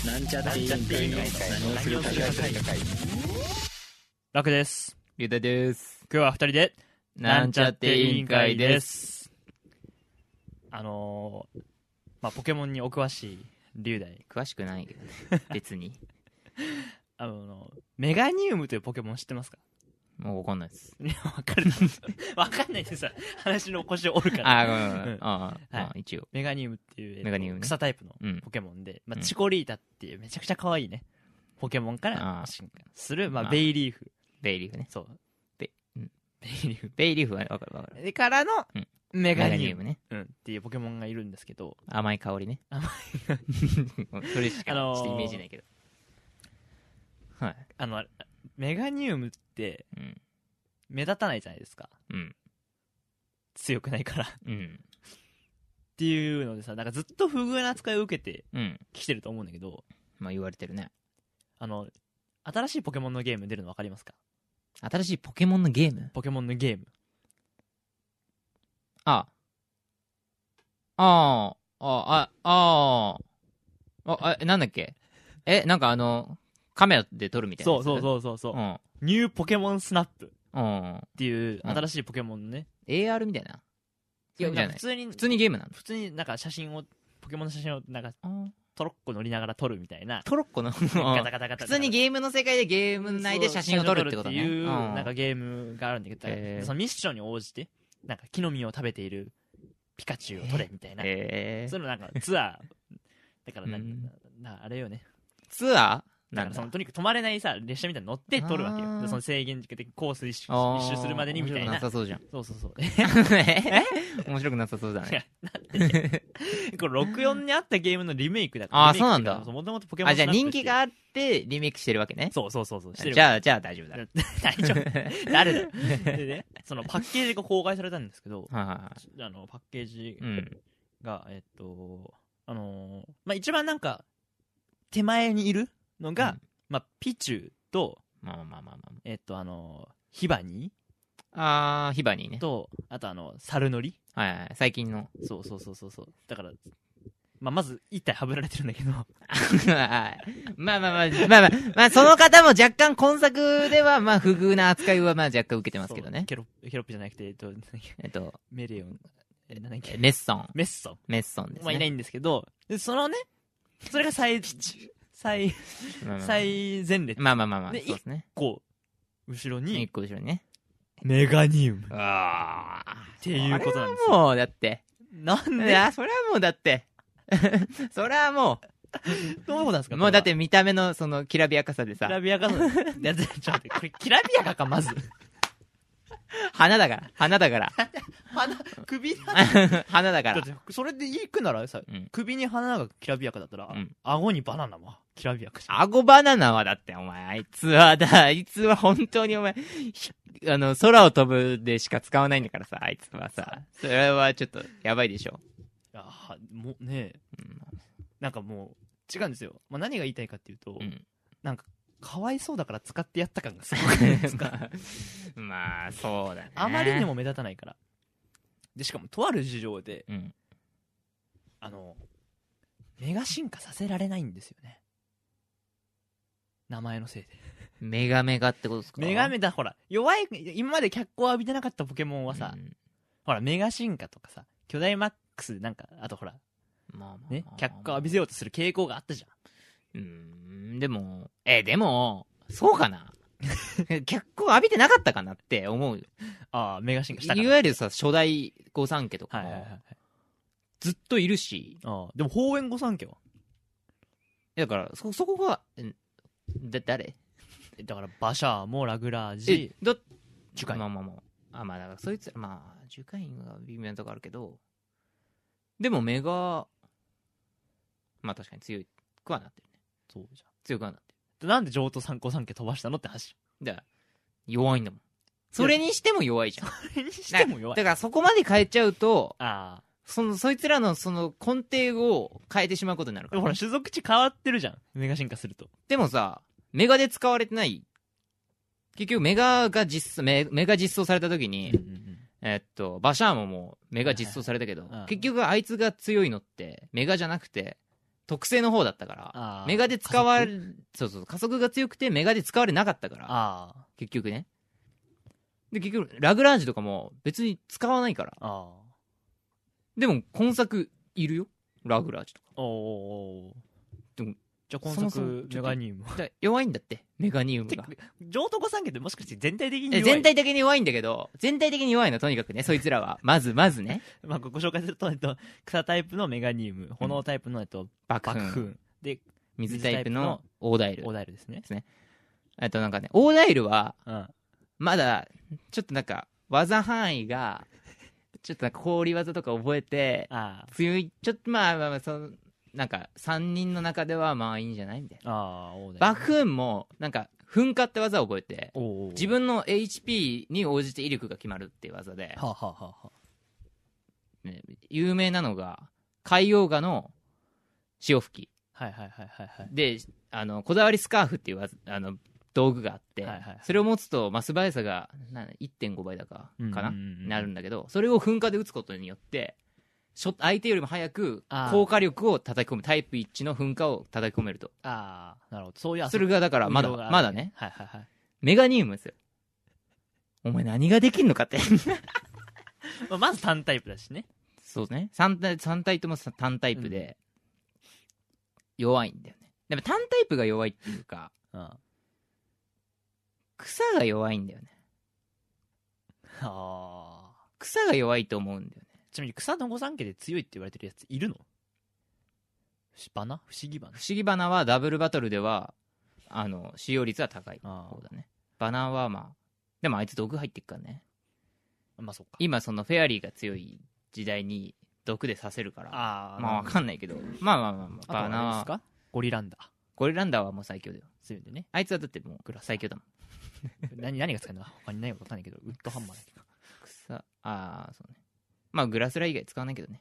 なんちゃって委員会の何をするか会。 楽です。 ゆうたです。 今日は2人でなんちゃって委員会です。 ポケモンにお詳しい龍大。 詳しくないけどね別にメガニウムというポケモン知ってますか？ もう分かんないです。 いや分かんないでさ、話の腰を折るから。 ごめん、はい、一応メガニウムっていう、 メガニウムね、 草タイプのポケモンで、チコリータっていうめちゃくちゃ可愛いねポケモンから進化する、ベイリーフね。 そうベイリーフは分かる。 でからのメガニウムね、 っていうポケモンがいるんですけど、 甘い香りね。それしかちょっとイメージないけど、はい。 メガニウムって目立たないじゃないですか、強くないからっていうのでさ、なんかずっと不遇な扱いを受けてきてると思うんだけど、 言われてるね。 新しいポケモンのゲーム出るの分かりますか？ 新しいポケモンのゲーム？ ポケモンのゲーム。 なんだっけ？なんかカメラで撮るみたいな。 そう、ニューポケモンスナップっていう新しいポケモンね、 AR みたいな。 いや、普通にゲームなの？ 普通になんかポケモンの写真をなんかトロッコ乗りながら撮るみたいな。 トロッコの普通にゲームの世界でゲーム内で写真を撮るってことね。 っていうなんかゲームがあるんだけど、そのミッションに応じてなんか木の実を食べているピカチュウを撮れみたいな、そういうのなんかツアーだからあれよね、 ツアーだからとにかく止まれないさ列車みたいに乗って撮るわけよ。その制限時間的コース一周するまでにみたいな。 面白くなさそうじゃん。 そう面白くなさそうだね。 これ64にあったゲームのリメイクだから。 そうなんだ。 もともとポケモンじゃあ人気があってリメイクしてるわけね。 そうしてる。 じゃあ大丈夫だ。 大丈夫。誰だよ。でね、そのパッケージが公開されたんですけど、パッケージが一番なんか手前にいるのが、ピチュウと、ヒバニー、 ヒバニーね。 と、あとサルノリ。 最近の。 そう。だから、まず一体はぶられてるんだけど。 その方も若干今作では、不遇な扱いは若干受けてますけどね。 ケロッピじゃなくて、メレオン、なんだっけ。 メッソンですね。いないんですけど、で、そのね、それが最前列。で、 そうですね。 1個後ろにね。 メガニウム。っていうことなんですよ。 もう、だって。 なんで？ いや、それはもうだって。それはもう。どうなんですか？ もうだって見た目のそのきらびやかさでさ。 きらびやかさ。いや、ちょっと待って、これきらびやかか、まず。 花だから。 首花だから。 それでいくならさ、首に花がきらびやかだったら、顎にバナナはきらびやかじゃん。 顎バナナはだってお前、あいつは本当にお前、空を飛ぶでしか使わないんだからさ、あいつはさ、それはちょっとやばいでしょ。 いや、もうね、なんかもう違うんですよ。何が言いたいかっていうと、なんかかわいそうだから使ってやった感がすごくないですか？ そうだね。 あまりにも目立たないから。で、しかもとある事情で、メガ進化させられないんですよね。名前のせいで。 メガってことですか？ メガだ、ほら、弱い、今まで脚光を浴びてなかったポケモンはさ、ほら、メガ進化とかさ、巨大マックスなんか、あとほら、ね、脚光を浴びせようとする傾向があったじゃん。 でも、そうかな？脚光浴びてなかったかなって思うよ。 メガ進化したから。 いわゆるさ、初代御三家とかも、ずっといるし。 でも、鳳炎御三家は？ だから、そこが、誰？ だから、バシャーもラグラージ、 ジュカイン。 だからそいつ、ジュカインは微妙なとこあるけど、でもメガ、確かに強くはなってるね。 そうじゃん。 強くはなってる。なんで譲渡御三家飛ばしたのって話。 だから、弱いんだもん。それにしても弱いじゃん。 それにしても弱い。 だからそこまで変えちゃうと、そいつらのその根底を変えてしまうことになるから、 ほら、種族値変わってるじゃん。メガ進化すると。 でもさ、メガで使われてない。結局メガ実装された時に、バシャーモもメガ実装されたけど、結局あいつが強いのってメガじゃなくて特性の方だったからメガで使われそう加速が強くてメガで使われなかったから結局ね。で結局ラグランジュとかも別に使わないから。でも今作いるよラグランジュとか。でもじゃあ今作メガニウム弱いんだってメガニウムが。 上等御三家ってもしかして全体的に弱い？全体的に弱いんだけど、全体的に弱いのとにかくね、そいつらはまずね。 まあご紹介すると草タイプのメガニウム、炎タイプの爆風で水タイプのオーダイルですね。 なんかねオーダイルはまだちょっとなんか技範囲がちょっとなんか氷技とか覚えて強い、ちょっとまあそのなんか3人の中ではまあいいんじゃないみたいな。爆風もなんか噴火って技を覚えて自分の HP に応じて威力が決まるっていう技で、ね、有名なのが海洋画の潮吹きでこだわりスカーフっていう道具があって、それを持つとマス速さが 1.5 倍だかななるんだけど、それを噴火で打つことによって相手よりも早く効果力を叩き込むタイプ1の噴火を叩き込めると。 なるほど。そういうそれがだからまだね、メガニウムですよ。お前何ができんのかってまず単タイプだしね。 そうね、3体とも単タイプで弱いんだよね。でも単タイプが弱いっていうか、草が弱いんだよね。草が弱いと思うんだよね。 ちなみに草の御三家で強いって言われてるやついるの？不思議花はダブルバトルでは使用率は高い方だね。バナはまあでもあいつ毒入ってっからね。 まあそっか。 今そのフェアリーが強い時代に毒で刺せるからまあわかんないけど、まあバナはゴリランダーはもう最強だよ。 強いんでね。 あいつはだってもう最強だもん。 何が使えるのか他にないか分かんないけど、ウッドハンマーだけど。 そうね。まあグラスラ以外使わないけどね。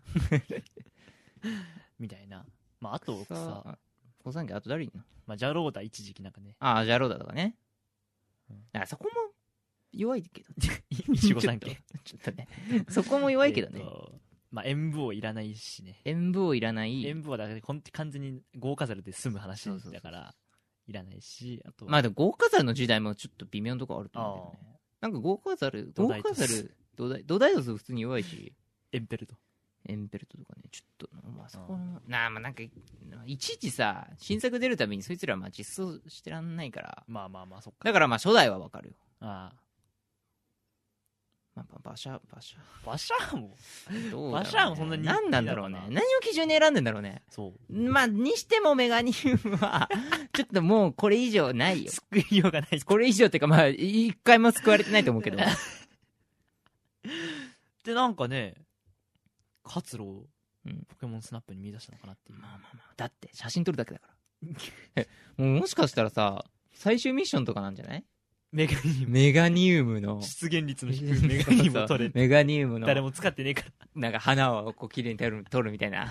みたいな。まああと御三家あと誰いんの？ まあジャローダ一時期なんかね。 ジャローダとかね。だからそこも弱いけどね。 一御三家。 ちょっとね。そこも弱いけどね。 まあ演武王いらないしね。 演武王いらない。 演武王だから完全に豪華ザルで済む話だからいらないし、あとまあでも豪華ザルの時代もちょっと微妙なとこあると思うけどね。なんか豪華ザル土台トス普通に弱いし、 エンペルトとかね、ちょっとまあそこのまあなんかいちいちさ新作出るたびにそいつらまあ実装してらんないから、 まあそっか。 だからまあ初代はわかるよ。馬車も馬車もそんなに何なんだろうね。何を基準に選んでんだろうね。まあにしてもメガニウムはちょっともうこれ以上ないよ。 救いようがない。 これ以上っていうかまあ一回も救われてないと思うけどでなんかね活路をポケモンスナップに見出したのかなっていう。 だって写真撮るだけだからもしかしたらさ最終ミッションとかなんじゃない？メガニウムの出現率の低いメガニウムを取れメガニウムの誰も使ってねえからなんか花をこう綺麗に撮るみたい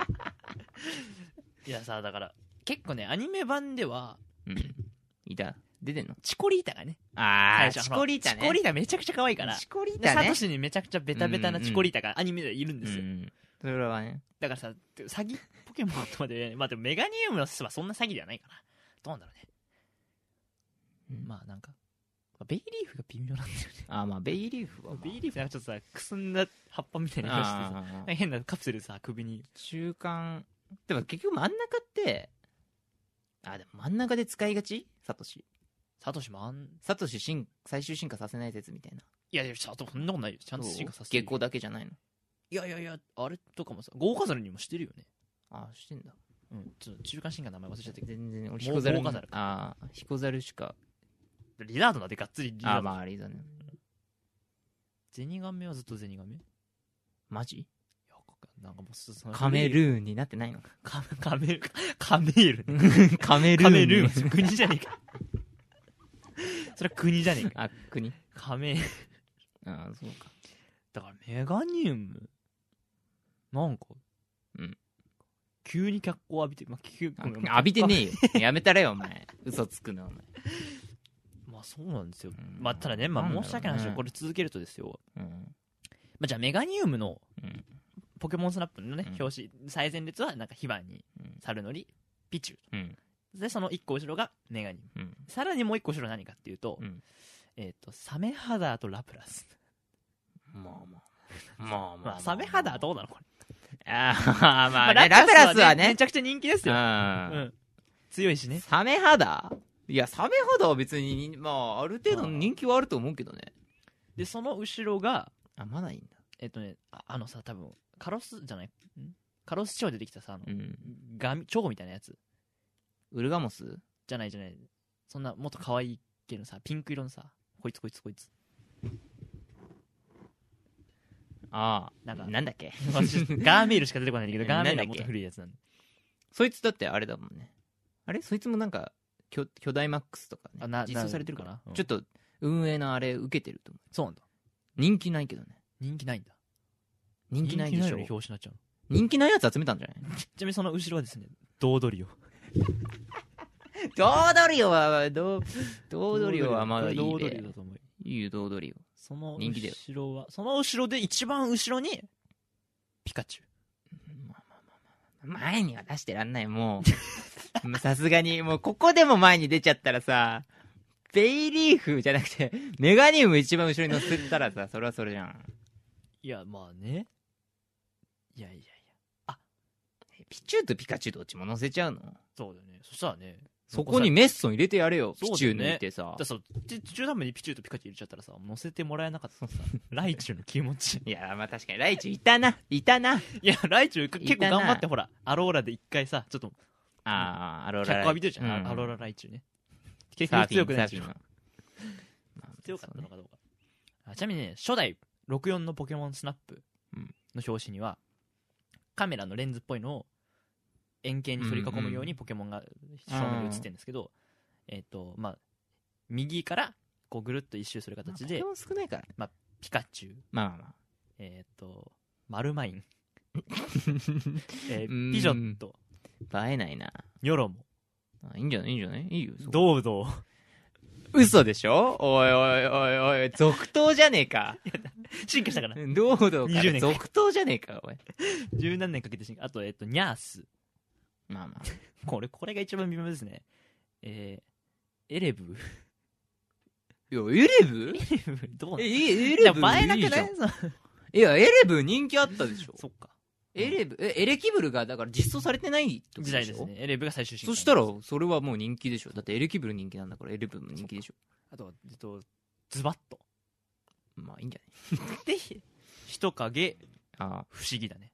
ないやさだから結構ねアニメ版では、 出てんのチコリータがねチコリータね。 チコリータめちゃくちゃ可愛いからチコリータね。 サトシにめちゃくちゃベタベタなチコリータがアニメでいるんですよ。 それはね。 だからさ詐欺ポケモンとまでまあでもメガニウムの巣はそんな詐欺ではないかな。どうなんだろうね。まあなんかベイリーフが微妙なんだよね。 まあベイリーフは、 ベイリーフなんかちょっとさくすんだ葉っぱみたいな色してさ変なカプセルさ首に中間でも結局真ん中ってでも真ん中で使いがちサトシ最終進化させない説みたいな。 いやそんなことないよ。ちゃんと進化させてる。月光だけじゃないの？ いやあれとかもさ豪華ザルにもしてるよね。 してんだ。 ちょっと中間進化名前忘れちゃったけど全然俺ヒコザルヒコザルしかリザードなんてがっつりリザード。 まあリザード。 ゼニガメはずっとゼニガメ？ マジ？ なんかもうカメルーンになってないのか。 カメールカメルーン国じゃねえかそれは国じゃねえか。 国カメールそうか。 だからメガニウムなんか急に脚光浴びて浴びてねえよやめたれよお前嘘つくのお前。 そうなんですよ。ただね申し訳ない話をこれ続けるとですよ。じゃあメガニウムのポケモンスナップのね表紙最前列はなんかヒバにサルノリ、ピチュー、でその1個後ろがメガニウム、さらにもう1個後ろ何かっていうと、サメハダーとラプラス。まあサメハダーどうなのこれ。まあラプラスはねめちゃくちゃ人気ですよ。強いしね。 サメハダー、いやサメハダーは別にまあある程度の人気はあると思うけどね。 でその後ろがまだいいんだ。 さ多分カロスじゃない、カロス地方でできたさガミチョコみたいなやつ、 ウルガモスじゃないそんなもっと可愛い系のさピンク色のさこいつなんだっけガーメールしか出てこないんだけどガーメールはもっと古いやつなんで。 そいつだってあれだもんね。あれそいつもなんか巨大マックスとかね実装されてるから、ちょっと運営のあれ受けてると思う。 そうなんだ。 人気ないけどね。 人気ないんだ。 人気ないでしょ。 表紙になっちゃう。 人気ないやつ集めたんじゃない？ ちなみにその後ろはですね、ドードリオ。 ドードリオはまだいいね。 ドードリオだと思う。 いいよドードリオ。 その後ろはその後ろで一番後ろにピカチュウ。 前には出してらんない。もうさすがにもうここでも前に出ちゃったらさ、ベイリーフじゃなくてメガニウム一番後ろに乗せたらさ、それはそれじゃん。 いやまあね。いやピチューとピカチュウどっちも乗せちゃうの？ そうだよね。そしたらね、 そこにメッソン入れてやれよ。ピチュウ抜いてさ。 中段部にピチュウとピカチュウ入れちゃったらさ、乗せてもらえなかったさ。ライチュウの気持ち。 いやまあ確かにライチュウいたな。いやライチュウ結構頑張ってほらアローラで一回さちょっとアローラ脚浴びてるじゃん、アローラライチュウね。結局強くないじゃん。強かったのかどうか。ちなみにね、初代64のポケモンスナップの表紙にはカメラのレンズっぽいのを円形に取り囲むようにポケモンが正面に映ってるんですけど、まあ右からこうぐるっと一周する形で、 ポケモン少ないから、 まあピカチュウ、マルマイン、ピジョット、 映えないな。 ニョロモ、 いいんじゃないいいよ。 ドウドウ。 嘘でしょ。おい続投じゃねえか。 進化したからどうから続投じゃねえかおい。 十何年かけて進化。あとニャース。 まあこれが一番微妙ですね。エレブ。 いやエレブどうエレブ映えなくない？ いやエレブ人気あったでしょ。 そっか。 エレキブルがだから実装されてない時代ですね。エレブが最終進化。 そしたらそれはもう人気でしょ。だってエレキブル人気なんだからエレブも人気でしょ。 あとズバッと。 まあいいんじゃない。 で人影不思議だね。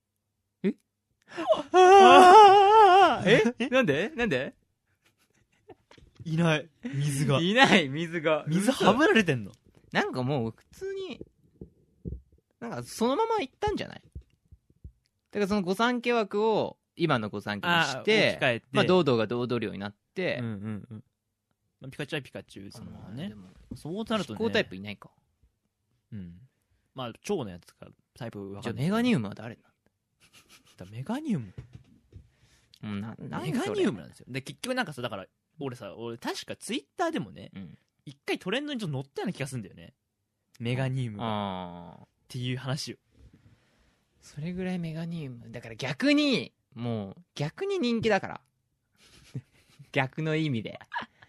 なんでいない水が水はぶられてんの。 なんかもう普通になんかそのまま行ったんじゃない？だからその御三家枠を今の御三家にしてまあドードーがドードー量になって、 ピカチュウはピカチュウそのままね。そうなるとね、 飛行タイプいないか。 まあ蝶のやつかタイプ分かんない。 じゃあメガニウムは誰なんだ？メガニウムメガニウムなんですよ。で結局なんかさ、だから俺確かツイッターでもね、一回トレンドにちょっと載ったような気がするんだよね、メガニウムがっていう話を。 それぐらいメガニウムだから逆に人気だから逆の意味で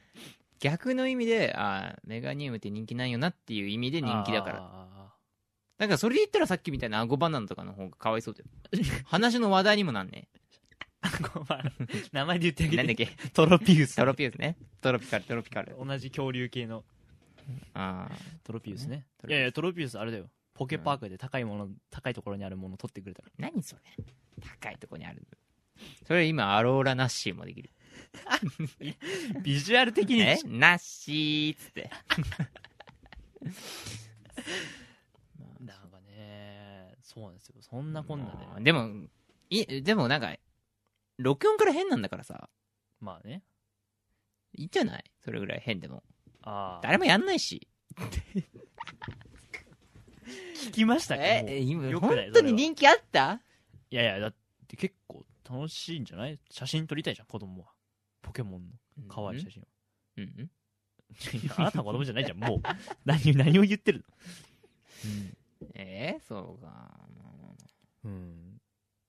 メガニウムって人気ないよなっていう意味で人気だから。だからそれで言ったらさっきみたいなアゴバナナとかの方がかわいそうだよ話の話題にもなんねえ。 名前で言ってあげて。 なんだっけ？ トロピウスね。トロピカル。 同じ恐竜系のトロピウスね。いやトロピウスあれだよ。ポケパークで高いところにあるものを取ってくれたから。 何それ？高いところにある。それ今アローラナッシーもできる。 ビジュアル的にナッシーっつって。 なんかね、そうなんですよ。そんなこんなで。 でもなんか64から変なんだからさ。 まあね。 いいんじゃない？それぐらい変でも。誰もやんないし。 聞きました今本当に人気あった？ いやだって結構楽しいんじゃない？写真撮りたいじゃん子供は。ポケモンの可愛い写真を。いやあなたは子供じゃないじゃんもう。何を言ってるの？ そうか。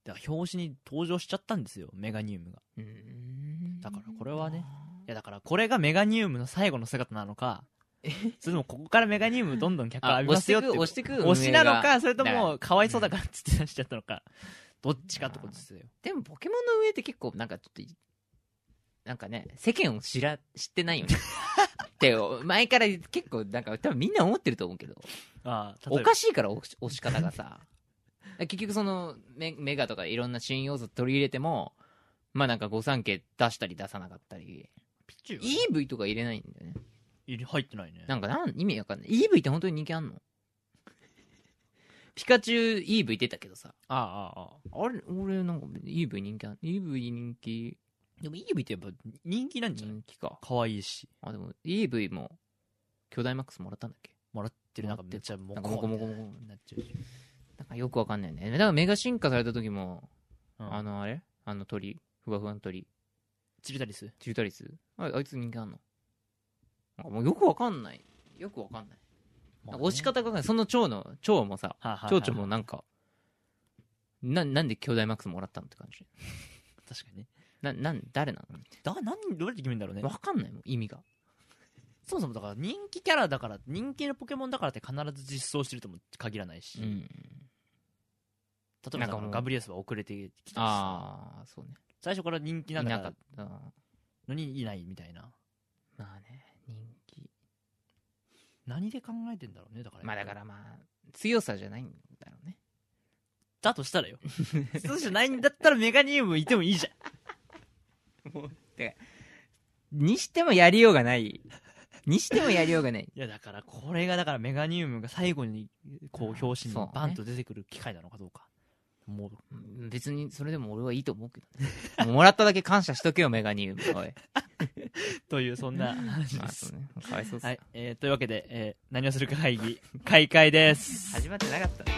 だから表紙に登場しちゃったんですよ、メガニウムが。だからこれはね、いやだからこれがメガニウムの最後の姿なのか、それともここからメガニウムどんどん脚光浴びますよって押してく推しなのか、それともかわいそうだからっつって出しちゃったのか、どっちかってことですよ。 でもポケモンの上って結構なんかちょっとなんかね、世間を知ってないよねって前から結構なんか多分みんな思ってると思うけど、おかしいから押し方がさ結局そのメガとかいろんな新要素取り入れても、まあなんか御三家出したり出さなかったり、 ピチュウ EV とか入れないんだよね。 入ってないね。 なんか意味わかんない。EV って本当に人気あんの？ピカチュウ EV 出たけどさ。あれ俺なんか EV 人気あんの？ EV 人気。 でも EV ってやっぱ人気なんじゃない？ 人気か。 可愛いし。 でも EV も巨大マックスもらったんだっけ？ もらってる。なんかめっちゃモコモコモコになっちゃう。なんかよくわかんないね。だからメガ進化された時も、あれ鳥、ふわふわの鳥。 チルタリスあいつ人気あんの？もうよくわかんない。押し方がね、その蝶もさ、蝶もなんか、なんで巨大マックスもらったのって感じ。 確かに。 誰なの？ どうやって決めるんだろうね。 わかんないもん、意味が。 そもそもだから人気キャラだから、人気のポケモンだからって必ず実装してるとも限らないし。例えばガブリアスは遅れてきたし。 そうね。 最初から人気なんだからのにいないみたいな。 まあね、人気。 何で考えてんだろうね、だから。 だから強さじゃないんだろうね。 だとしたらよ。そうじゃないんだったらメガニウムいてもいいじゃん。もうにしてもやりようがない。いやだからこれがだからメガニウムが最後にこう表紙にバンと出てくる機会なのかどうか。もう別にそれでも俺はいいと思うけどね。もらっただけ感謝しとけよメガニウム。おい。 というそんな話です。 ね、かわいそうっす。 はい、というわけで、何をするか会議開会です。 始まってなかったね。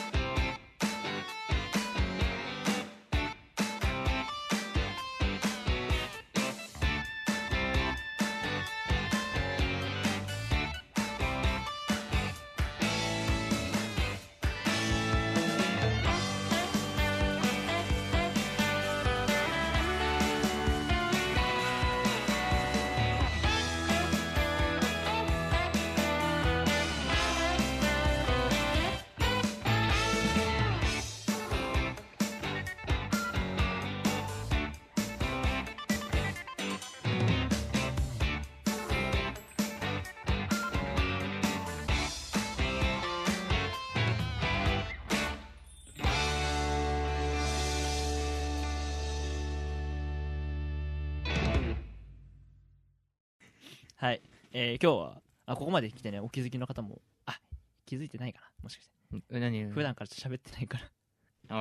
はい、今日はここまで来てね、お気づきの方も気づいてないかな、もしかして。 何？ 普段から喋ってないから。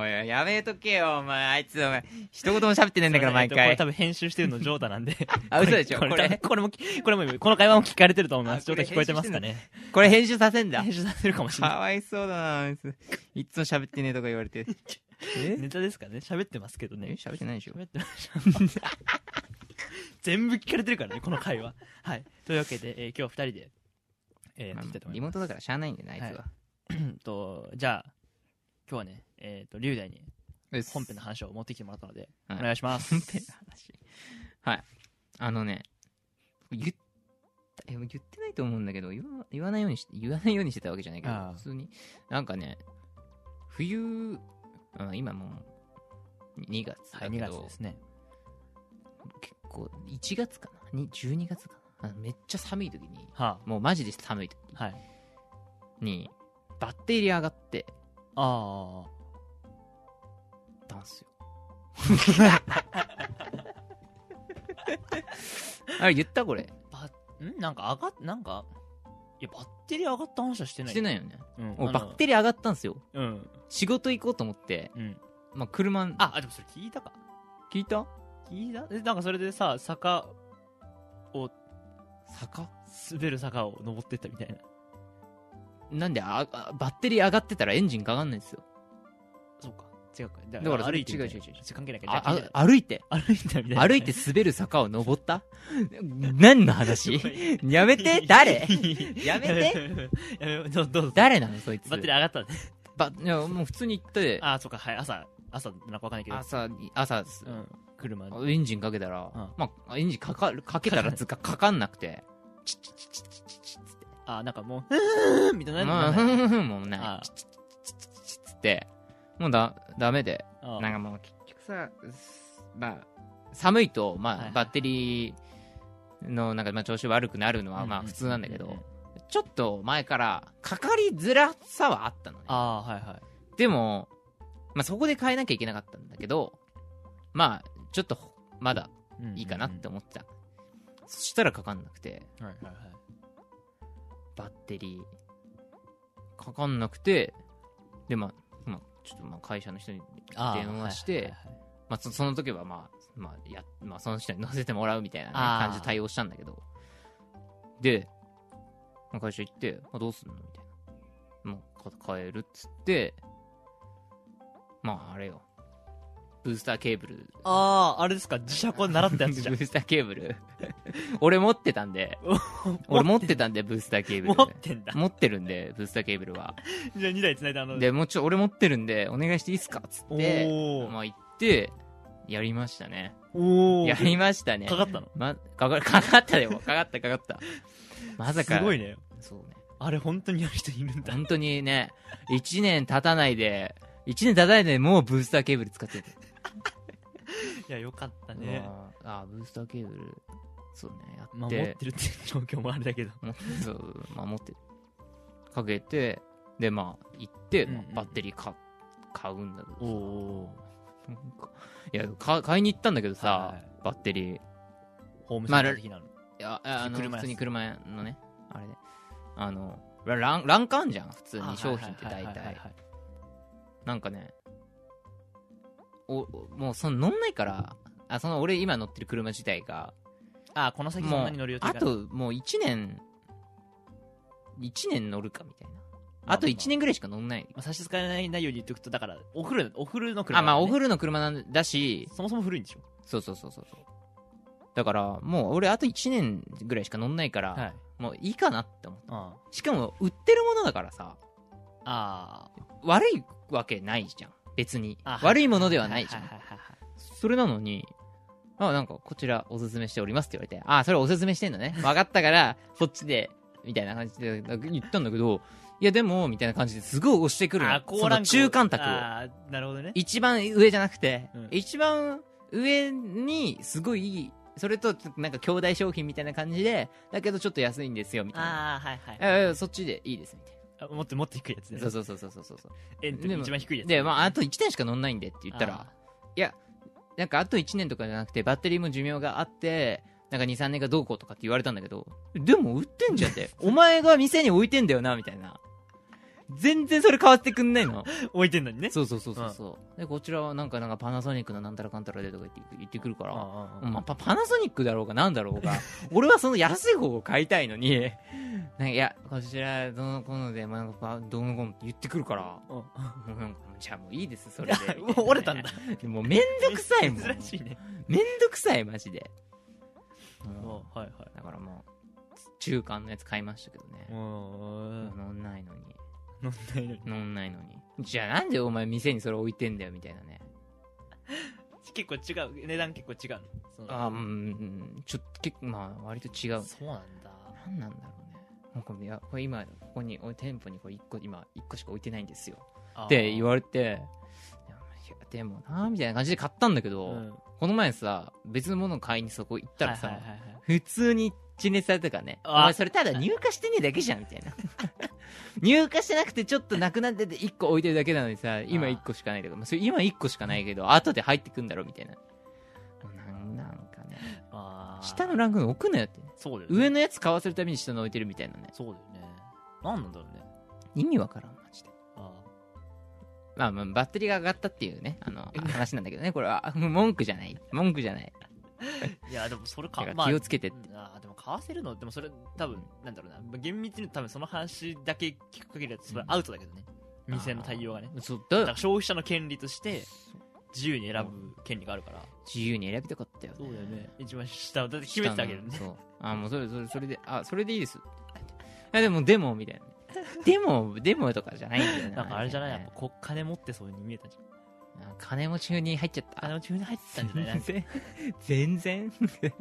おい、やめとけよ、お前。あいつ、お前、一言も喋ってねえんだから、毎回。 これ多分編集してるのジョータなんで。 嘘でしょ、 これも、この会話も聞かれてると思います。ジョータ聞こえてますかね。 これ編集させんだ。 編集させるかもしれない。 かわいそうだな、あいつ。いつも喋ってねえとか言われて。 ネタですかね。喋ってますけどね。 喋ってないでしょ。 喋ってないでしょ。全部聞かれてるからね、この会話。はい。というわけで、今日は2人で、やっていきたいと思います。 リモートだからしゃあないんだよね、あいつは。 じゃあ、今日はね、龍大に本編の話を持ってきてもらったので、お願いします。 本編の話。はい。言ってないと思うんだけど、言わないようにしてたわけじゃないけど、普通に。なんかね、冬、今もう2月だけど、 2月ですね。 結構1月かな12月かな、めっちゃ寒い時に、もうマジで寒い時に、バッテリー上がってたんすよ。あれ言ったこれ。 なんかいやバッテリー上がった話はしてない。 してないよね。バッテリー上がったんすよ。仕事行こうと思って、車。 でもそれ聞いたか。 聞いた？ なんかそれでさ、滑る坂を登ってったみたいな。 なんでバッテリー上がってたらエンジンかかんないんですよ。 そうか、違うか。 だから歩いて違う関係ないから。 歩いて滑る坂を登った？何の話？やめて。誰？やめて。 どうぞ。 誰なのそいつ。 バッテリー上がったんで。 いやもう普通に行って。 そうか、はい、朝朝なんかわかんないけど朝です、 車エンジンかけたら、まあエンジンかけたらつかかかんなくてチッチッチッチッチッチッつってなんかもうみたいなもうねチッチッチッチッつってもうダメでなんかもう結局さまあ寒いとまあバッテリーのなんかまあ調子悪くなるのはまあ普通なんだけど、ちょっと前からかかりづらさはあったのね。 はいはい。 でも、まあ、そこで変えなきゃいけなかったんだけど、まあちょっとまだいいかなって思ってた。そしたらかかんなくて、 はいはいはい、 バッテリーかかんなくて、でまあちょっとまあ会社の人に電話して、まあその時はまあその人に乗せてもらうみたいな、ね、感じで対応したんだけど、で、まあ、会社行ってどうすんのみたいな、もう変えるっつって、まああれよ、ブースターケーブル、 あれですか、自社コン習ったやつじゃん。 ブースターケーブル俺持ってたんでブースターケーブル持ってるんで、ブースターケーブルはじゃあ2台繋いだでも俺持ってるんでお願いしていいっすかっつって、まあ行ってやりましたね。やりましたね。 かかったの？ かかったよ。かかった。まさか。 すごいね。 そうね。 あれ本当にやる人いるんだ。 本当にね、1年経たないでもうブースターケーブル使ってて。 いや、よかったね。 ブースターケーブル、そうね、やって。 まあ、持ってるっていう状況もあれだけど。 そう、まあ持ってる。かけて、で、まあ行って、バッテリー買うんだけどさ。いや買いに行ったんだけどさ、バッテリーホームセンター的なの、 いや普通に車のね、あれでランカンじゃん普通に商品って大体なんかね、もうその乗んないから、俺今乗ってる車自体がこの先そんなに乗る予定があともう1年乗るかみたいな、あと1年ぐらいしか乗んない。 差し支えないように言っておくと、だからお風呂の車、 まあお風呂の車なんだし、 そもそも古いんでしょ。 そうだからもう俺あと1年ぐらいしか乗んないから、もういいかなって思った。しかも売ってるものだからさ、悪いわけないじゃん別に。悪いものではないじゃん。それなのになんかこちらおすすめしておりますって言われて、それおすすめしてんのね、分かったからそっちでみたいな感じで言ったんだけど、いやでもみたいな感じですごい押してくるの。その中間卓を。 なるほどね。 一番上じゃなくて、一番上にすごい、それとなんか兄弟商品みたいな感じで、だけどちょっと安いんですよみたいな。そっちでいいですみたいな。 もっと低いやつね。 そう。 一番低いやつ。 で、あと1年しか乗んないんでって言ったら、いや、なんかあと1年とかじゃなくてバッテリーも寿命があって、なんか2、3年がどうこうとかって言われたんだけど、でも売ってんじゃんって。お前が店に置いてんだよなみたいな。全然それ変わってくんないの。 置いてんのにね。 そう。で、こちらはなんかパナソニックのなんたらかんたらでとか言ってくるから、まあ、パナソニックだろうがなんだろうが、俺はその安い方を買いたいのに、なんかいや、こちらどうのこうので、まあ、どうのこうのって言ってくるから、なんかじゃあもういいです、それで。 もう折れたんだ。 もうめんどくさいもん。 珍しいね。 めんどくさい、マジで。 だからもう、中間のやつ買いましたけどね。乗んないのに。じゃあなんでお前店にそれ置いてんだよみたいなね。 結構違う、値段結構違うの。ちょっと結構割と違う。 そうなんだ。 なんなんだろうね。なんかこれ今ここに店舗に1個しか置いてないんですよって言われて、いやでもなみたいな感じで買ったんだけど、この前さ別のものを買いにそこ行ったらさ、普通に陳列されたからね、お前それただ入荷してねえだけじゃんみたいな。入荷してなくてちょっとなくなってて1個置いてるだけなのにさ、今1個しかないけど、それ今1個しかないけど後で入ってくんだろみたいな。なんかね、下のランクに置くなよって。 そうだよね。 上のやつ買わせるために下に置いてるみたいなね。 そうだよね。なんなんだろうね。 意味わからんマジで。まあバッテリーが上がったっていうね話なんだけどね、これは文句じゃない。 いやでもそれ気をつけてって。 でも買わせるのでもそれ多分なんだろうな、厳密に多分その話だけ聞く限りだとそれアウトだけどね、店の対応がね。だから消費者の権利として自由に選ぶ権利があるから、 自由に選びたかったよね。 そうだよね。一番下をだって決めてたけどね。 そうもうそれでいいです。いやでもみたいな。でもとかじゃないんだよね。 なんかあれじゃない、やっぱ金持ってそうに見えたじゃん。 金持ち風に入っちゃった。 金持ち風に入ってたんじゃない？ 全然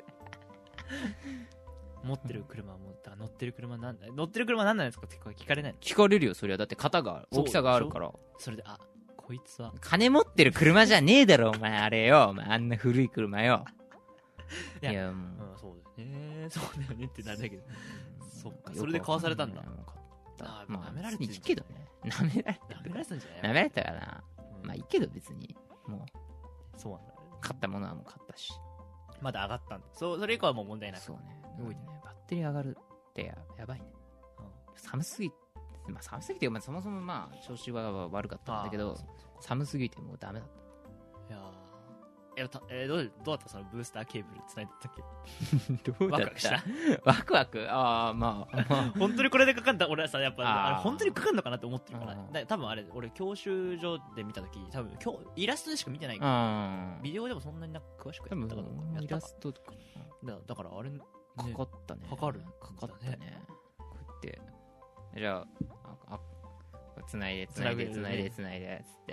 持ってる車は乗ってる車なんだ、乗ってる車なんなんですかって聞かれないの？ 聞かれるよ、そりゃ。だって型が大きさがあるから。 それで、こいつは金持ってる車じゃねえだろお前、あれよ、お前、あんな古い車よ。 いやもう、そうだよね、そうだよねってなんだけど、そっか、それで買わされたんだ。 まあ、舐められてるけどね。舐められてたんじゃない？舐められたかな。まあいいけど別に、もう、そうなんだ。買ったものはもう買ったし。 まだ上がったんだ。それ以降はもう問題なく。 そうね。動いてね。バッテリー上がるってやばいね。寒すぎて、寒すぎて、そもそもまあ、調子は悪かったんだけど、寒すぎてもうダメだった。いやどうだったそのブースターケーブル繋いでたっけ？どうだったワクワクまあ。 本当にこれでかかんだ。俺はさ、やっぱ、あれ本当にかかんのかなって思ってるから。多分あれ、俺、教習所で見たとき、多分イラストでしか見てないから。ビデオでもそんなに詳しくやったかどうか。 イラストとか。 だからあれ、かかったね。 かかったね。 こうやって。じゃあ、繋いで、つって。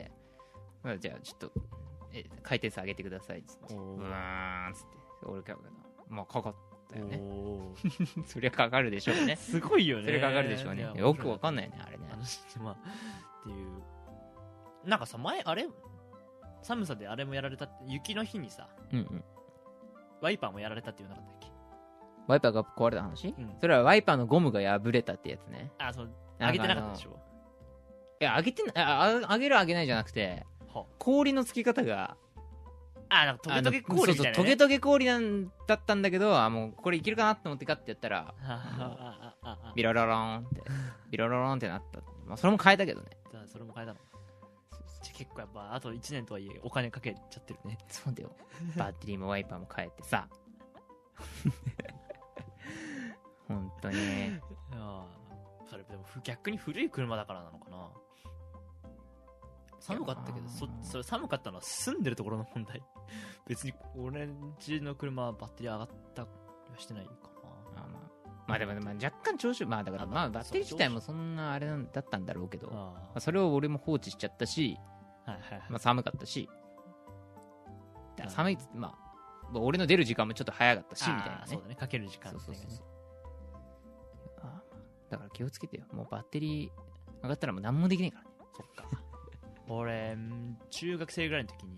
じゃあ、ちょっと、回転数上げてくださいっつって。うーんっつって。俺か、まあかかったよね。そりゃかかるでしょうね。 すごいよね。 それかかるでしょうね。よくわかんないね、あれね。 まあ、っていう。なんかさ、前、寒さであれもやられたって、雪の日にさ、ワイパーもやられたって言わなかったっけ？ ワイパーが壊れた話？それはワイパーのゴムが破れたってやつね。 上げてなかったでしょ？ いや、上げてない、上げる上げないじゃなくて、氷の付き方が、 なんかトゲトゲ氷みたいな、ね、 トゲトゲ氷だったんだけど、もうこれいけるかなと思ってガッてやったらビロロロンってなった。まあそれも変えたけどね。 それも変えたの。結構やっぱあと1年とはいえお金かけちゃってるね。 そうだよ。バッテリーもワイパーも変えてさ本当にそれでも逆に古い車だからなのかな。寒かったけど、それ寒かったのは住んでるところの問題。別に俺んちの車はバッテリー上がったりはしてないかな。 まあでも若干調子、まあだからまあバッテリー自体もそんなあれだったんだろうけど、それを俺も放置しちゃったし、まあ寒かったし、寒い、まあ俺の出る時間もちょっと早かったしみたいなね。 そうだね、かける時間。そうだから気をつけてよ。もうバッテリー上がったらもう何もできないからね。 そっか。俺中学生ぐらいの時に、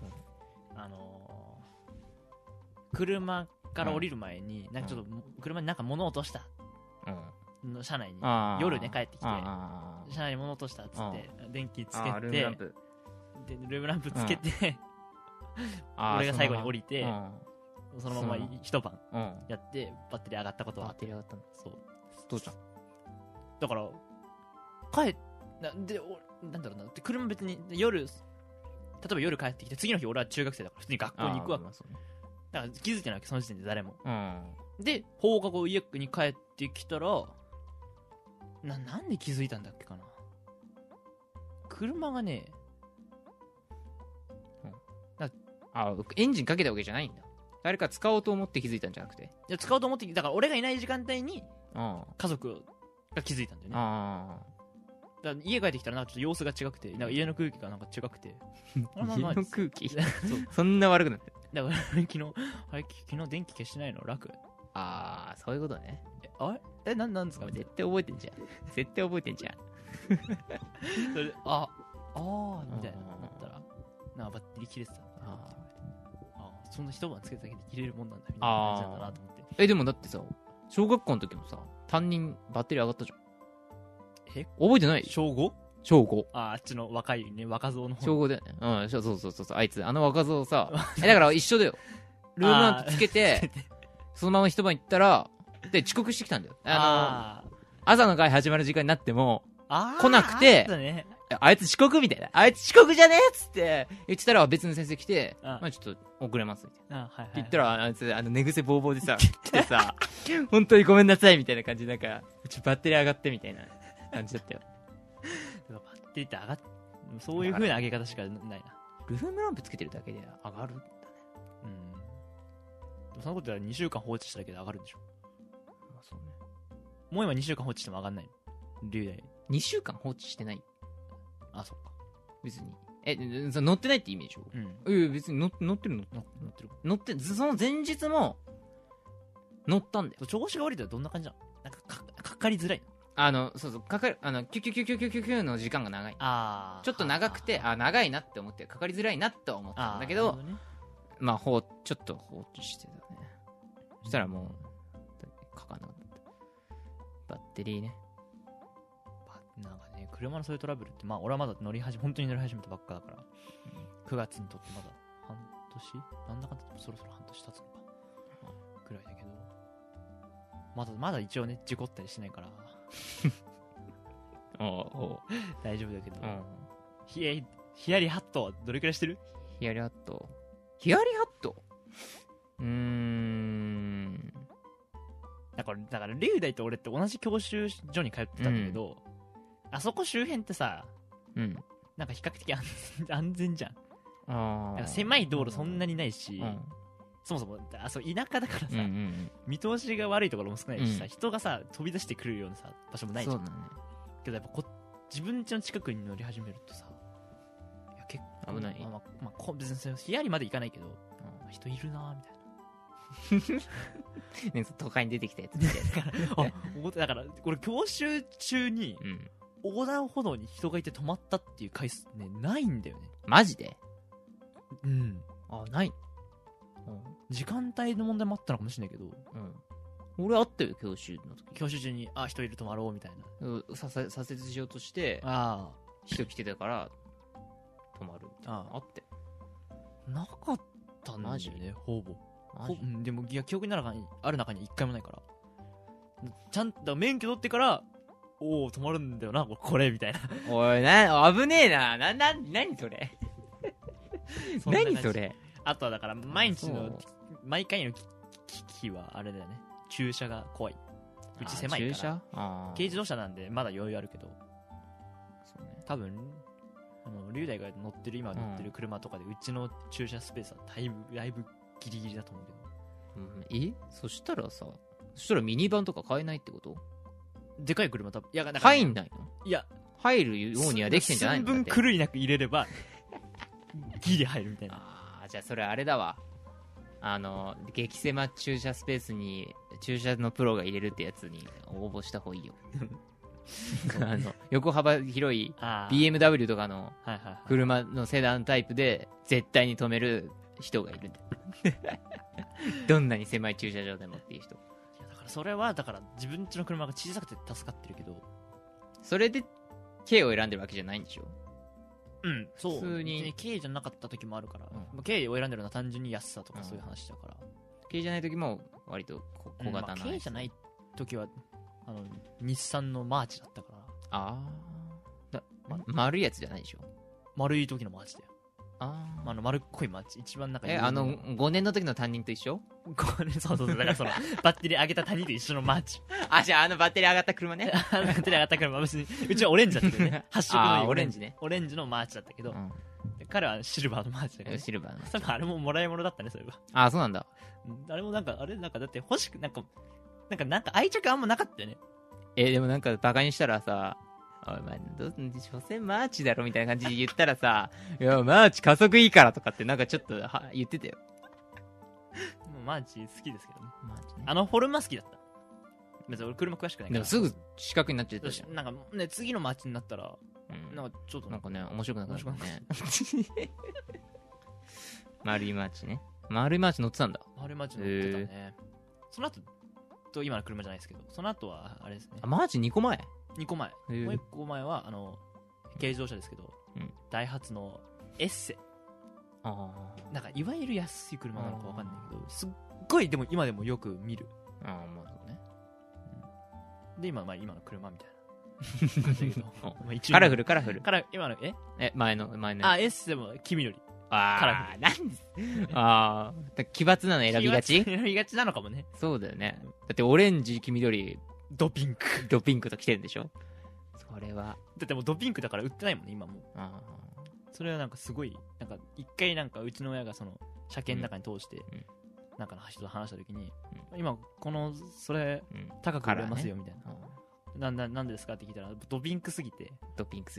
車から降りる前に、なんかちょっと車になんか物落とした、車内に夜ね帰ってきて、車内に物落としたっつって電気つけて、ルームランプつけて俺が最後に降りて、そのまま一晩やってバッテリー上がったことは。 バッテリー上がったの？そう。 どうした？だからなんだろうな、車別に夜、例えば夜帰ってきて次の日俺は中学生だから普通に学校に行くわけ。だから気づいてないわけ、その時点で誰も。で放課後家に帰ってきたらなんで気づいたんだっけかな。車がね、 エンジンかけたわけじゃないんだ。誰か使おうと思って気づいたんじゃなくて。 いや、使おうと思って、だから俺がいない時間帯に家族が気づいたんだよね。だから家帰ってきたらなんかちょっと様子が違くて、なんか家の空気がなんか違くて家の空気そんな悪くなってだから昨日電気消してないの楽。 そういうことね。 なんですか。 絶対覚えてんじゃんそれみたいな思ったらなんかバッテリー切れてた。そんな一晩つけただけで切れるもんなんだみたいな感じなんだなと思って。 でもだってさ、小学校の時もさ、担任バッテリー上がったじゃん。覚えてない？ 小 5？ 小5。 あっちの若いね、若造の方。 小5だよね。そう。あいつ、若造さ。だから一緒だよ。ルームランプつけて、そのまま一晩行ったら、で、遅刻してきたんだよ。朝の会始まる時間になっても、来なくて、あいつ遅刻みたいな。あいつ遅刻じゃねえっつって言ってたら別の先生来て、まあちょっと遅れますみたいな。って言ったら、あいつ、寝癖ボーボーでさ、来てさ、本当にごめんなさいみたいな感じで、なんか、うちバッテリー上がってみたいな感じだったよ。 バッテリーって上がっ、そういう風な上げ方しかないな。 ルームランプつけてるだけで上がるんだね。 そのことは2週間放置しただけで上がるんでしょ。 まあそうね。 もう今2週間放置しても上がんないの？龍大。 2週間放置してない。 そっか。 別に。 乗ってないって意味でしょ。別に乗ってるその前日も乗ったんだよ。 調子が悪いとどんな感じなの？なんかかかりづらいの？そうそう、キュキュキュキュキュキュキュの時間が長い。ちょっと長くて、長いなって思って、かかりづらいなって思ったんだけど、まあちょっと放置してたね。そしたらもうかかんなかった。バッテリーね。 なんかね、車のそういうトラブルって、まあ俺はまだ本当に乗り始めたばっかだから、9月にとってまだ半年なんだかんだそろそろ半年経つのかくらいだけど、まだ一応ね事故ったりしないから大丈夫だけど、ヒヤリハットはどれくらいしてる？ ヒヤリハットだから龍大と俺って同じ教習所に通ってたんだけど、あそこ周辺ってさ、なんか比較的安全じゃん。なんか狭い道路そんなにないし、そもそもそう田舎だからさ、見通しが悪いところも少ないしさ、人がさ飛び出してくるようなさ場所もないじゃん。そうだね。けどやっぱ自分家の近くに乗り始めるとさ、いや結構危ない。 別にヒヤリまで行かないけど、人いるなみたいな。 都会に出てきたやつだからこれ教習中に横断歩道に人がいて止まったっていう回数ねないんだよね。 マジで？ ない。時間帯の問題もあったのかもしれないけど、 俺あったよ、教習の時。 教習中に人いる止まろうみたいな、 左折しようとして人来てたから止まるみたいなあってなかったんだよね、ほぼ。でも記憶にある中に一回もないから、ちゃんと免許取ってから止まるんだよなこれみたいな。 おい危ねえな。何それ何それ。 あとはだから毎回の危機はあれだよね、駐車が怖い。うち狭いから軽自動車なんでまだ余裕あるけど、多分龍大が今乗ってる車とかでうちの駐車スペースはだいぶギリギリだと思うけど、 そしたらミニバンとか買えないってこと？ でかい車多分入んないの？ いや入るようにはできてんじゃないの？ 寸分狂いなく入れればギリ入るみたいな。 じゃあそれあれだわ、激狭駐車スペースに駐車のプロが入れるってやつに応募した方がいいよ横幅広い BMW とかの車のセダンタイプで絶対に止める人がいるんだどんなに狭い駐車場でもっていう人。 だからそれは自分家の車が小さくて助かってるけど、 それで K を選んでるわけじゃないんでしょ？ そう。 普通に K じゃなかった時もあるから、K を選んでるのは単純に安さとかそういう話だから、 K じゃない時も割と小型な、 K じゃない時は日産のマーチだったから。 丸いやつじゃないでしょ？ 丸い時のマーチだよ。丸っこいマーチ、一番 5年の時の担任と一緒？ そうだからバッテリー上げた谷と一緒のマーチ。 じゃあバッテリー上がった車ねバッテリー上がった車、別にうちはオレンジだったけどね発色のいいオレンジね、 オレンジのマーチだったけど、彼はシルバーのマーチだけど、 シルバーの多分あれももらい物だったね、そういえば。 そうなんだ。 あれもだって欲しくなんか愛着あんまなかったよね。 でもバカにしたらさ、お前所詮マーチだろみたいな感じで言ったらさいやマーチ加速いいからとかってちょっと言ってたよ。 マーチ好きですけどね。マーチね、フォルム好きだった。別に俺車詳しくないから。 でもすぐ四角になっちゃったじゃん。次のマーチになったら、ちょっと面白くなくなるね丸いマーチね。丸いマーチ乗ってたんだ。 丸いマーチ乗ってたね。その後と今の車じゃないですけど、その後はあれですね。 マーチ2個前 2個前。もう1個前は軽自動車ですけど、ダイハツのエッセ。いわゆる安い車なのか分かんないけど、すっごいでも今でもよく見る。で今の車みたいなカラフル今の前のエッセも黄緑。カラフル。奇抜なの選びがち？ 選びがちなのかもね。 そうだよね。だってオレンジ黄緑ドピンクと来てるんでしょ？それはだってもうドピンクだから売ってないもんね今も。それはすごい一回うちの親が車検の中に通して人と話した時に、今それ高く売れますよみたいな。なんでですかって聞いたらドピンクすぎて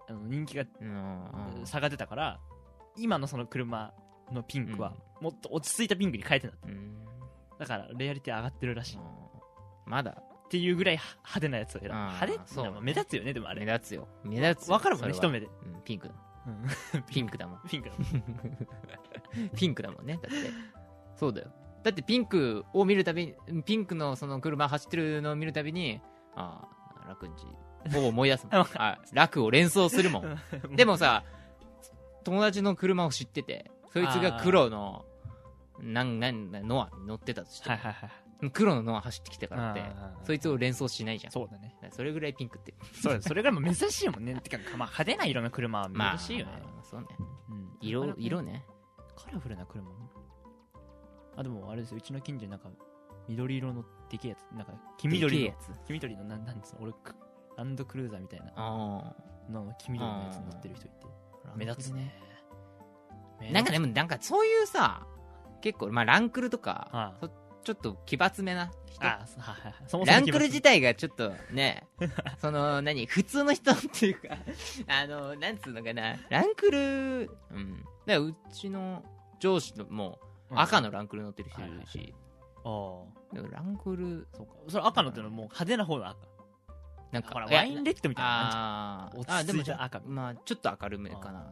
人気が差が出たから、今のその車のピンクはもっと落ち着いたピンクに変えてんだって、だからレアリティ上がってるらしい。 まだっていうぐらい派手なやつを選ぶ。派手って目立つよね。でもあれ目立つよ。目立つ。 分かるもんね、一目で。 ピンクだ。ピンクだもん。 ピンクだもん。 ピンクだもんね。だってそうだよ。だってピンクを見るたびに、ピンクのその車走ってるのを見るたびに、楽んちを思い出すもん。楽を連想するもん。でもさ、友達の車を知ってて、そいつが黒のノアに乗ってたとして、黒のノア走ってきたからってそいつを連想しないじゃん。 そうだね。 それぐらいピンクってそれぐらいも珍しいもんね。てか、派手な色の車は珍しいよね。 そうね。色ね。 カラフルな車も。でもあれですよ、うちの近所になんか緑色のでけえやつ、なんか黄緑のなんつうの、俺ランドクルーザーみたいなの黄緑のやつに乗ってる人いて、目立つね。 なんかでもなんかそういうさ、結構ランクルとかちょっと奇抜めな人、ランクル自体がちょっとねその普通の人っていうかなんつうのかな、ランクル、だからうちの上司のも赤のランクル乗ってる人いるし、ランクル、 そうか、それ赤のってのはもう派手な方の赤、なんかほらワインレッドみたいな感じ、落ち着いた赤、 ちょっと明るめかな。なん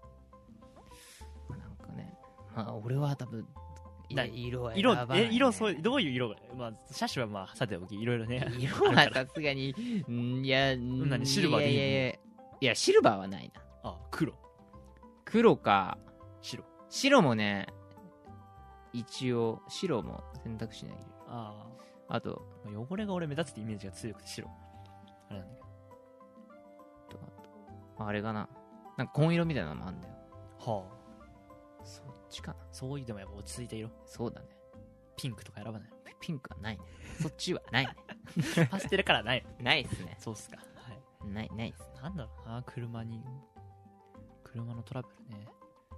かね、俺は多分色は選ばない、 色、そうどういう色が、車種はさておきいろいろね、 色はさすがにいやシルバーでいいの？ いやシルバーはないな。黒か白もね、一応白も選択肢に入れる。あと汚れが俺目立つってイメージが強くて白、あれなんだけど、あれかな、なんか紺色みたいなのもあるんだよ。そっちかな。 そういうでもやっぱ落ち着いた色。 そうだね。 ピンクとか選ばない？ ピンクはないね。そっちはないね。 パステルからないないっすね。 そうっすか。 ないっす。 なんだろうな、車のトラブルね。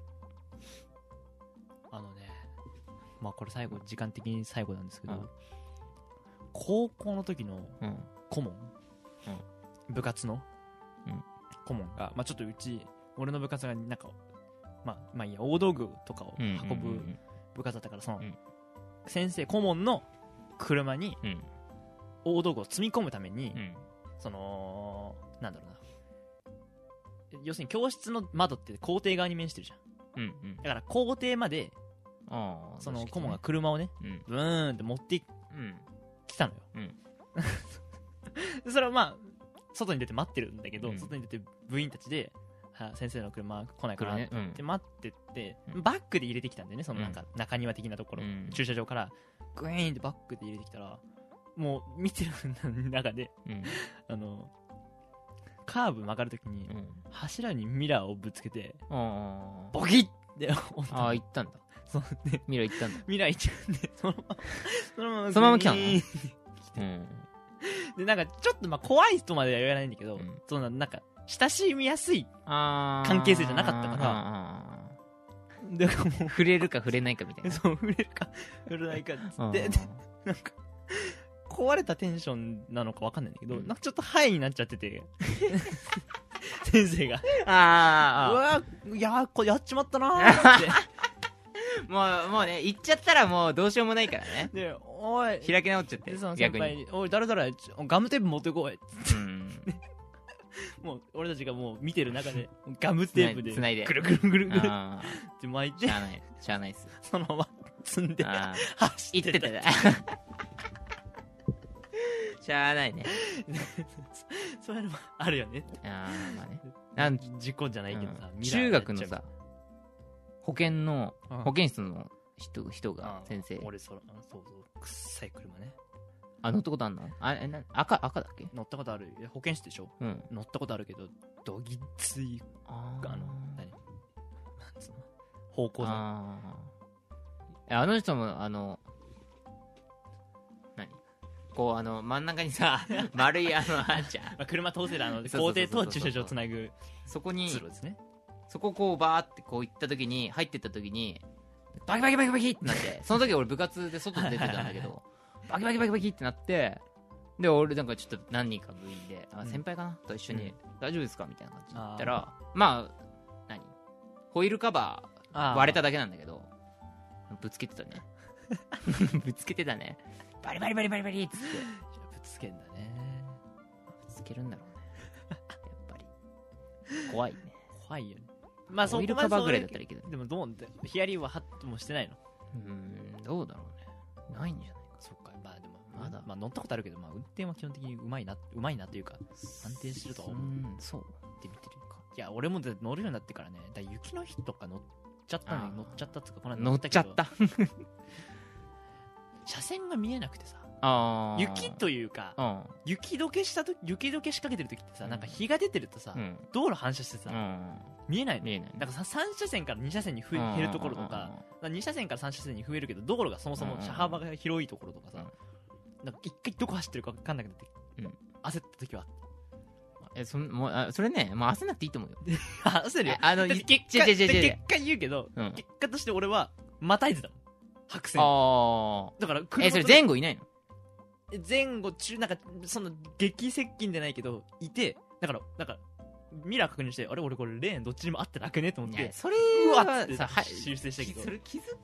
これ時間的に最後なんですけど、高校の時の顧問、部活の顧問が、ちょっと俺の部活がなんかいいや、大道具とかを運ぶ部活だったから、その先生顧問の車に大道具を積み込むために、そのなんだろうな、要するに教室の窓って校庭側に面してるじゃん、だから校庭までその顧問が車をね、ブーンって持ってきたのよ、それは外に出て待ってるんだけど、外に出て部員たちで先生の車来ないかなって待ってって、バックで入れてきたんだよね、そのなんか中庭的なところ、駐車場からグイーンってバックで入れてきたら、もう見てる中で、カーブ曲がるときに、柱にミラーをぶつけてボキッって折った。行ったんだ。 そうでミラー行ったんだ。 ミラー行っちゃうんで、 そのまま来たの。 でなんかちょっと怖い人までは言わないんだけど、そんななんか親しみやすい関係性じゃなかったからでも触れるか触れないかみたいな。 そう、触れるか触れないかっつって、なんか壊れたテンションなのか分かんないんだけど、なんかちょっとハイになっちゃってて先生がうわやっちまったなーってもうね、行っちゃったらもうどうしようもないからね。 で、おい開き直っちゃって、 その先輩に、おい誰ガムテープ持ってこいっつって、もう俺たちがもう見てる中でガムテープでつないでぐるぐるぐるぐるって巻いて、 しゃあないっす。 そのまま積んで走ってた。 しゃあないね。 そういうのもあるよね。事故じゃないけどさ、 中学のさ、保健室の人が先生、 俺そうくっさい車ね、 乗ったことあるの？赤だっけ？ 乗ったことある。保健室でしょ、乗ったことあるけど、どぎついなんつうの、方向だ。 人もこう真ん中にさ丸いあんじゃん車通せる校庭と駐車場つなぐそこに通路ですね。 そこをこうバーってこう行った時に入ってった時にバキバキバキバキってなってその時俺部活で外に出てたんだけどバキバキバキバキってなってで俺なんかちょっと何人か部員で先輩かなと一緒に大丈夫ですかみたいな感じで言ったら、まあホイールカバー割れただけなんだけどぶつけてたねぶつけてたね、バリバリバリバリバリっつってぶつけんだね。 ぶつけるんだろうねやっぱり怖いね。 怖いよね。まあホイールカバーぐらいだったらいいけど、 でもどうなんだよ、ヒヤリはハッともしてないの？ どうだろうね、ないんじゃないか。 そっか、まあでもまあ乗ったことあるけど、まあ運転は基本的にうまいなというか安定してるとは思う。 そうって見てるか。いや俺も乗るようになってからね、だ雪の日とか乗っちゃったのに乗っちゃったっつうか、この間乗っちゃった車線が見えなくてさ、雪というか、雪解けしかけてる時ってさ、なんか日が出てるとさ、道路反射してさ、見えないの。だからさ、3車線から2車線に減るところとか、2車線から3車線に増えるけど道路がそもそも車幅が広いところとかさ、なんか一回どこ走ってるか分かんなくなって、焦った時はそれね、もう焦んなくていいと思うよ焦るよ。結果言うけど、結果として俺はまたいでたの、白線。だからそれ前後いないの？ 前後なんかそんな激接近でないけどいて、だからなんかミラー確認して、あれ俺これレーンどっちにも合ってなくねと思って、 それはさ修正したけど、 それ気づ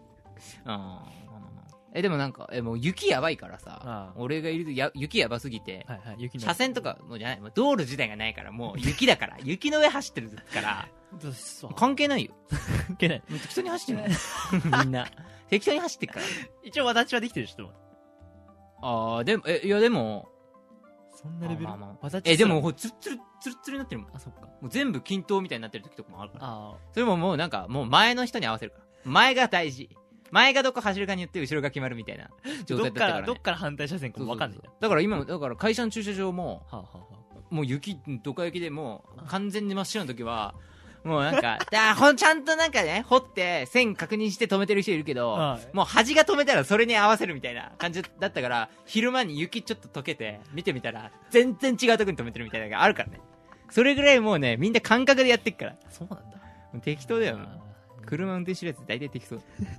でもなんかもう雪やばいからさ、俺がいると雪やばすぎて、車線とかもうじゃない、道路自体がないから、もう雪だから雪の上走ってるから関係ないよ。 関係ない。 適当に走ってるみんな適当に走ってるから。 一応私はできてる人も。 でもいやでもそんなレベル。でもツルツルになってるもん。 そっか。 もう全部均等みたいになってる時とかもあるから。それももうなんかもう前の人に合わせるから。前が大事。前がどこ走るかによって後ろが決まるみたいな状態だったからね。 どっから反対車線かも分かんないんだ。 だから今だから会社の駐車場ももう雪どか雪でもう完全に真っ白の時はもうなんかちゃんとなんかね掘って線確認して止めてる人いるけど、もう端が止めたらそれに合わせるみたいな感じだったから、昼間に雪ちょっと溶けて見てみたら全然違うとこに止めてるみたいなのがあるからね。それぐらいもうねみんな感覚でやってっから。 そうなんだ。 適当だよ。車運転してるやつ大体適当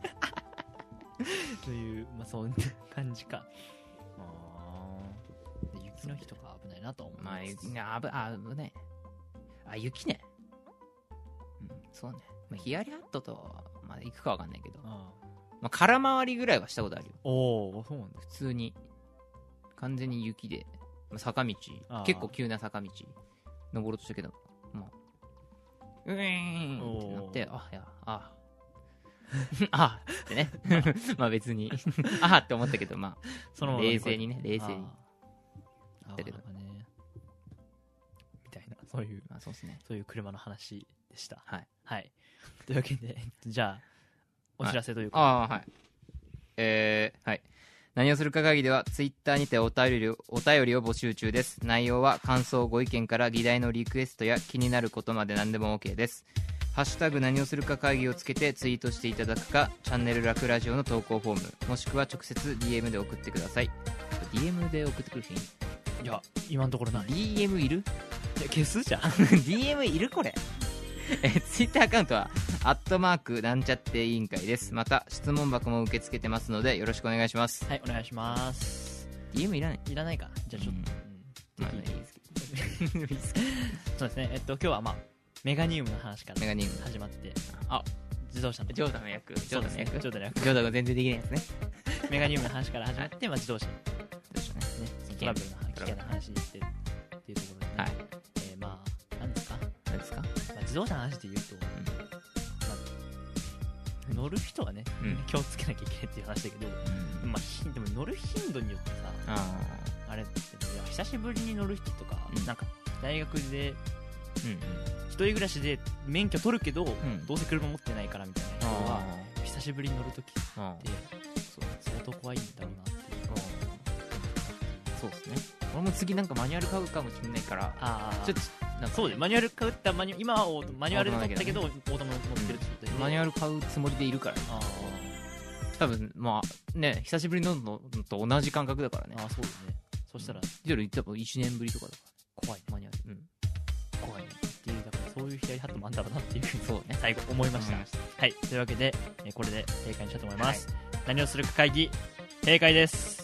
という、まあそんな感じか。雪の日とか危ないなと思う。 まあ危ない。雪ね。そうね。ヒヤリハットとまだ行くかわかんないけど、まあ空回りぐらいはしたことあるよ。 そうなんだ。 普通に完全に雪で坂道、結構急な坂道登ろうとしたけど、まあうーんってなって、ってねまあ別にって思ったけど、まあ冷静にだけどみたいな、そういうそうですね、 そういう車の話でした。 はい。 というわけでじゃあお知らせというか、 はい。何をするか会議ではツイッターにてお便りを募集中です。内容は感想ご意見から議題のリクエストや気になることまで何でも OK です。ハッシュタグ何をするか会議をつけてツイートしていただくか、チャンネルラクラジオの投稿フォームもしくは直接 DM で送ってください。 DM で送ってくる人いる？ いや今のところない。 DM いる？ いや消すじゃん DM いるこれツイッターアカウントはなんちゃって委員会です。また質問箱も受け付けてますのでよろしくお願いします。 はい、お願いします。 DM いらない？ いらないか。じゃあちょっと、 まあいいですけどそうですね。今日はまあメガニウムの話から始まって、自動車のジョーダの役ジョーダが全然できないやつねメガニウムの話から始まって、まあ自動車トラブルの危険な話にしてっていうところで、まあ何ですか、まあ、自動車の話で言うと、乗る人はね、気をつけなきゃいけないっていう話だけど、まあでも乗る頻度によってさ、あれって久しぶりに乗る人とか、なんか大学で一人暮らしで免許取るけど、どうせ車持ってないからみたいな人は久しぶりに乗るときって相当怖いんだろうなっていう。 そうですね。俺も次なんかマニュアル買うかもしれないから、ちょっとそうでマニュアル買った今はマニュアルで取ったけどオートマ乗ってるってことで、 マニュアル買うつもりでいるから、多分まあね久しぶりに乗るのと同じ感覚だからね。 そうですね。そしたら夜多分1年ぶりとかだから怖いマニュアル。 怖いねっていう、だからそういう左ハットもあんだろうなっていうそうね、 最後思いました。はい、というわけでこれで閉会にしたいと思います。何をするか会議閉会です。